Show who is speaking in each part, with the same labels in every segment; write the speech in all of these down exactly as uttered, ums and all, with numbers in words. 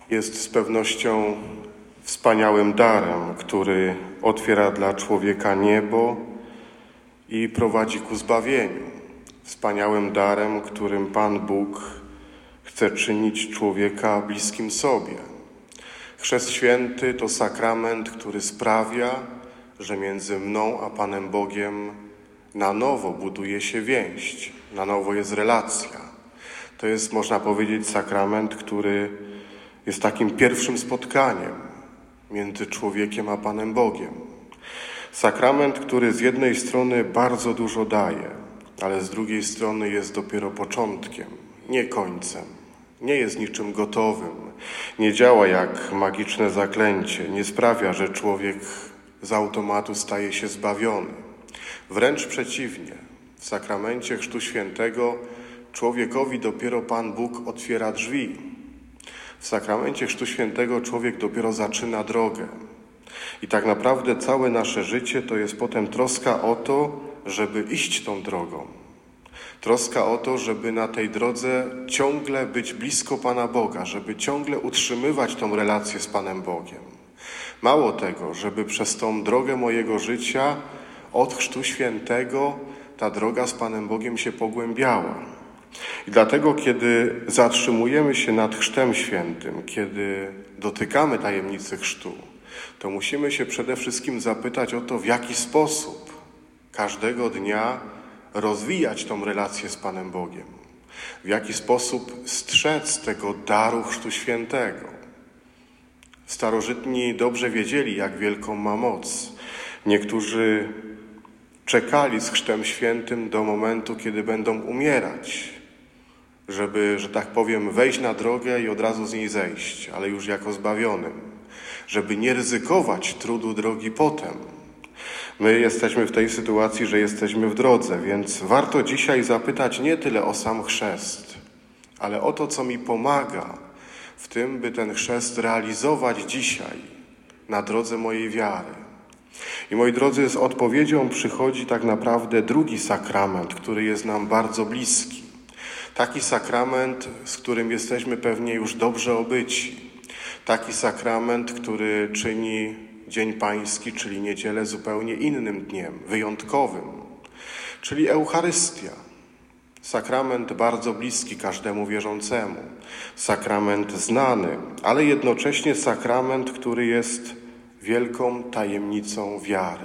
Speaker 1: jest z pewnością wspaniałym darem, który otwiera dla człowieka niebo i prowadzi ku zbawieniu. Wspaniałym darem, którym Pan Bóg chce czynić człowieka bliskim sobie. Chrzest Święty to sakrament, który sprawia, że między mną a Panem Bogiem na nowo buduje się więź, na nowo jest relacja. To jest, można powiedzieć, sakrament, który jest takim pierwszym spotkaniem między człowiekiem a Panem Bogiem. Sakrament, który z jednej strony bardzo dużo daje, ale z drugiej strony jest dopiero początkiem, nie końcem. Nie jest niczym gotowym, nie działa jak magiczne zaklęcie, nie sprawia, że człowiek z automatu staje się zbawiony. Wręcz przeciwnie, w sakramencie Chrztu Świętego człowiekowi dopiero Pan Bóg otwiera drzwi. W sakramencie Chrztu Świętego człowiek dopiero zaczyna drogę. I tak naprawdę całe nasze życie to jest potem troska o to, żeby iść tą drogą. Troska o to, żeby na tej drodze ciągle być blisko Pana Boga, żeby ciągle utrzymywać tą relację z Panem Bogiem. Mało tego, żeby przez tą drogę mojego życia od Chrztu Świętego ta droga z Panem Bogiem się pogłębiała. I dlatego, kiedy zatrzymujemy się nad Chrztem Świętym, kiedy dotykamy tajemnicy chrztu, to musimy się przede wszystkim zapytać o to, w jaki sposób każdego dnia rozwijać tą relację z Panem Bogiem. W jaki sposób strzec tego daru Chrztu Świętego. Starożytni dobrze wiedzieli, jak wielką ma moc. Niektórzy czekali z Chrztem Świętym do momentu, kiedy będą umierać, żeby, że tak powiem, wejść na drogę i od razu z niej zejść, ale już jako zbawionym, żeby nie ryzykować trudu drogi potem. My jesteśmy w tej sytuacji, że jesteśmy w drodze, więc warto dzisiaj zapytać nie tyle o sam chrzest, ale o to, co mi pomaga w tym, by ten chrzest realizować dzisiaj na drodze mojej wiary. I moi drodzy, z odpowiedzią przychodzi tak naprawdę drugi sakrament, który jest nam bardzo bliski. Taki sakrament, z którym jesteśmy pewnie już dobrze obyci. Taki sakrament, który czyni Dzień Pański, czyli niedzielę, zupełnie innym dniem, wyjątkowym, czyli Eucharystia. Sakrament bardzo bliski każdemu wierzącemu. Sakrament znany, ale jednocześnie sakrament, który jest wielką tajemnicą wiary.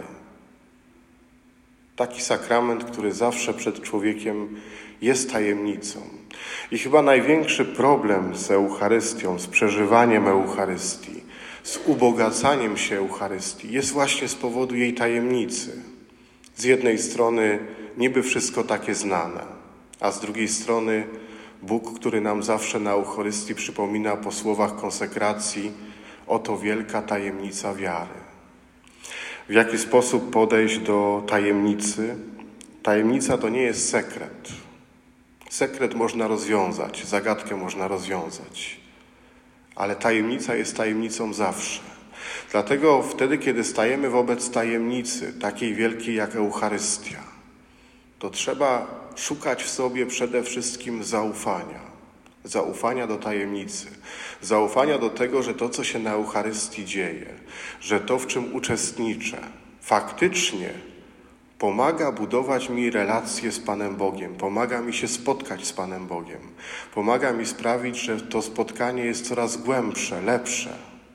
Speaker 1: Taki sakrament, który zawsze przed człowiekiem jest tajemnicą. I chyba największy problem z Eucharystią, z przeżywaniem Eucharystii, z ubogacaniem się Eucharystii jest właśnie z powodu jej tajemnicy. Z jednej strony niby wszystko takie znane, a z drugiej strony Bóg, który nam zawsze na Eucharystii przypomina po słowach konsekracji: oto wielka tajemnica wiary. W jaki sposób podejść do tajemnicy? Tajemnica to nie jest sekret. Sekret można rozwiązać, zagadkę można rozwiązać. Ale tajemnica jest tajemnicą zawsze. Dlatego wtedy, kiedy stajemy wobec tajemnicy, takiej wielkiej jak Eucharystia, to trzeba szukać w sobie przede wszystkim zaufania. Zaufania do tajemnicy. Zaufania do tego, że to, co się na Eucharystii dzieje, że to, w czym uczestniczę, faktycznie pomaga budować mi relacje z Panem Bogiem, pomaga mi się spotkać z Panem Bogiem, pomaga mi sprawić, że to spotkanie jest coraz głębsze, lepsze.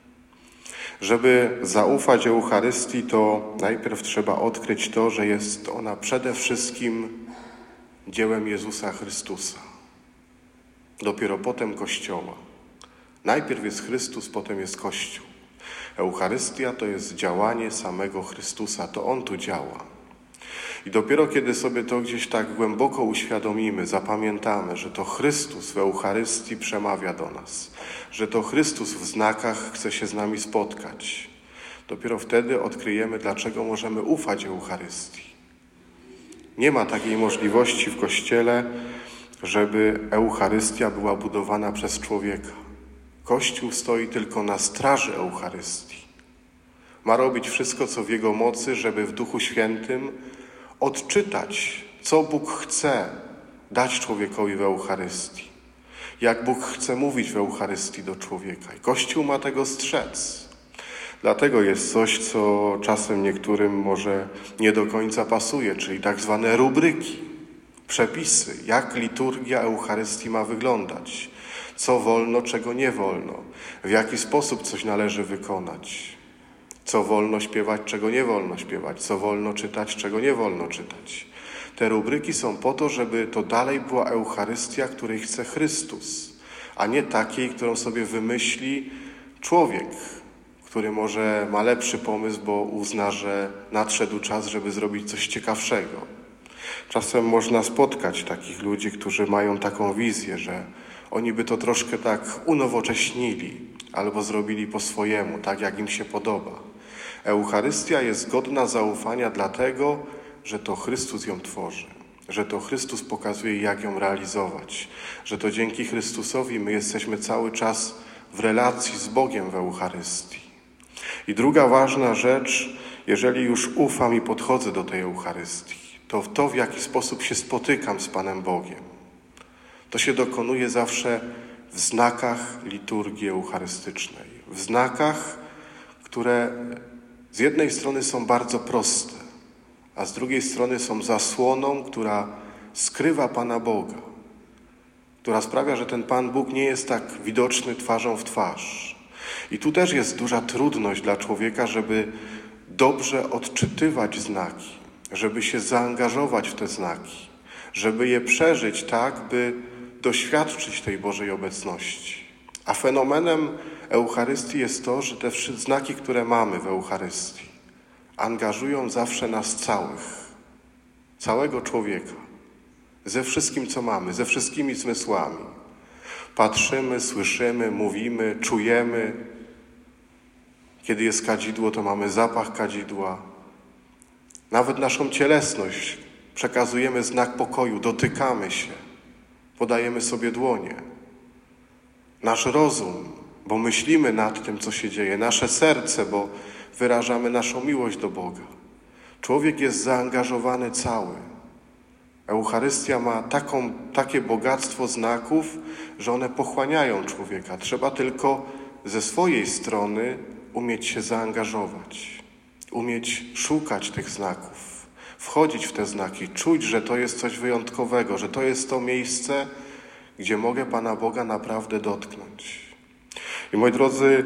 Speaker 1: Żeby zaufać Eucharystii, to najpierw trzeba odkryć to, że jest ona przede wszystkim dziełem Jezusa Chrystusa. Dopiero potem Kościoła. Najpierw jest Chrystus, potem jest Kościół. Eucharystia to jest działanie samego Chrystusa, to On tu działa. I dopiero kiedy sobie to gdzieś tak głęboko uświadomimy, zapamiętamy, że to Chrystus w Eucharystii przemawia do nas, że to Chrystus w znakach chce się z nami spotkać, dopiero wtedy odkryjemy, dlaczego możemy ufać Eucharystii. Nie ma takiej możliwości w Kościele, żeby Eucharystia była budowana przez człowieka. Kościół stoi tylko na straży Eucharystii. Ma robić wszystko, co w jego mocy, żeby w Duchu Świętym odczytać, co Bóg chce dać człowiekowi w Eucharystii. jak Bóg chce mówić w Eucharystii do człowieka. I Kościół ma tego strzec. Dlatego jest coś, co czasem niektórym może nie do końca pasuje, czyli tak zwane rubryki, przepisy, jak liturgia Eucharystii ma wyglądać, co wolno, czego nie wolno, w jaki sposób coś należy wykonać, co wolno śpiewać, czego nie wolno śpiewać, co wolno czytać, czego nie wolno czytać. Te rubryki są po to, żeby to dalej była Eucharystia, której chce Chrystus, a nie takiej, którą sobie wymyśli człowiek, który może ma lepszy pomysł, bo uzna, że nadszedł czas, żeby zrobić coś ciekawszego. Czasem można spotkać takich ludzi, którzy mają taką wizję, że oni by to troszkę tak unowocześnili albo zrobili po swojemu, tak jak im się podoba. Eucharystia jest godna zaufania dlatego, że to Chrystus ją tworzy, że to Chrystus pokazuje, jak ją realizować, że to dzięki Chrystusowi my jesteśmy cały czas w relacji z Bogiem w Eucharystii. I druga ważna rzecz, jeżeli już ufam i podchodzę do tej Eucharystii, to w to, w jaki sposób się spotykam z Panem Bogiem. To się dokonuje zawsze w znakach liturgii eucharystycznej. W znakach, które z jednej strony są bardzo proste, a z drugiej strony są zasłoną, która skrywa Pana Boga, która sprawia, że ten Pan Bóg nie jest tak widoczny twarzą w twarz. I tu też jest duża trudność dla człowieka, żeby dobrze odczytywać znaki, żeby się zaangażować w te znaki, żeby je przeżyć tak, by doświadczyć tej Bożej obecności. A fenomenem Eucharystii jest to, że te wszystkie znaki, które mamy w Eucharystii, angażują zawsze nas całych, całego człowieka, ze wszystkim, co mamy, ze wszystkimi zmysłami. Patrzymy, słyszymy, mówimy, czujemy. Kiedy jest kadzidło, to mamy zapach kadzidła. Nawet naszą cielesność przekazujemy znak pokoju, dotykamy się, podajemy sobie dłonie. Nasz rozum, bo myślimy nad tym, co się dzieje, nasze serce, bo wyrażamy naszą miłość do Boga. Człowiek jest zaangażowany cały. Eucharystia ma taką, takie bogactwo znaków, że one pochłaniają człowieka. Trzeba tylko ze swojej strony umieć się zaangażować, umieć szukać tych znaków, wchodzić w te znaki, czuć, że to jest coś wyjątkowego, że to jest to miejsce, gdzie mogę Pana Boga naprawdę dotknąć. I moi drodzy,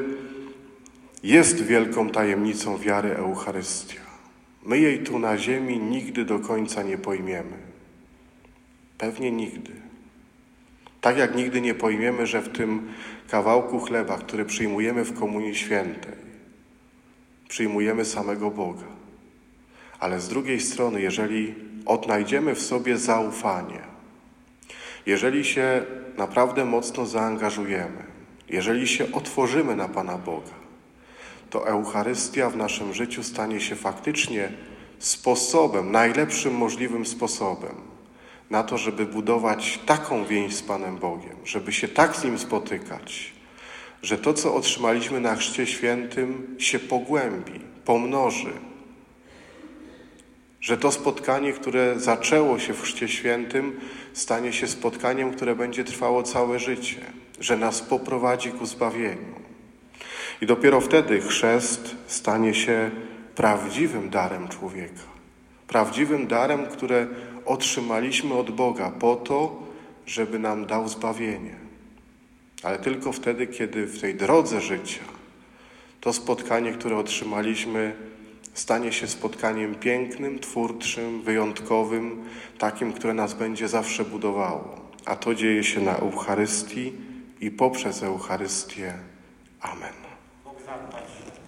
Speaker 1: jest wielką tajemnicą wiary Eucharystia. My jej tu na ziemi nigdy do końca nie pojmiemy. Pewnie nigdy. Tak jak nigdy nie pojmiemy, że w tym kawałku chleba, który przyjmujemy w Komunii Świętej, przyjmujemy samego Boga. Ale z drugiej strony, jeżeli odnajdziemy w sobie zaufanie, jeżeli się naprawdę mocno zaangażujemy, jeżeli się otworzymy na Pana Boga, to Eucharystia w naszym życiu stanie się faktycznie sposobem, najlepszym możliwym sposobem na to, żeby budować taką więź z Panem Bogiem, żeby się tak z Nim spotykać, że to, co otrzymaliśmy na Chrzcie Świętym, się pogłębi, pomnoży. Że to spotkanie, które zaczęło się w Chrzcie Świętym, stanie się spotkaniem, które będzie trwało całe życie, że nas poprowadzi ku zbawieniu. I dopiero wtedy chrzest stanie się prawdziwym darem człowieka. Prawdziwym darem, które otrzymaliśmy od Boga po to, żeby nam dał zbawienie. Ale tylko wtedy, kiedy w tej drodze życia to spotkanie, które otrzymaliśmy, stanie się spotkaniem pięknym, twórczym, wyjątkowym, takim, które nas będzie zawsze budowało. A to dzieje się na Eucharystii i poprzez Eucharystię. Amen.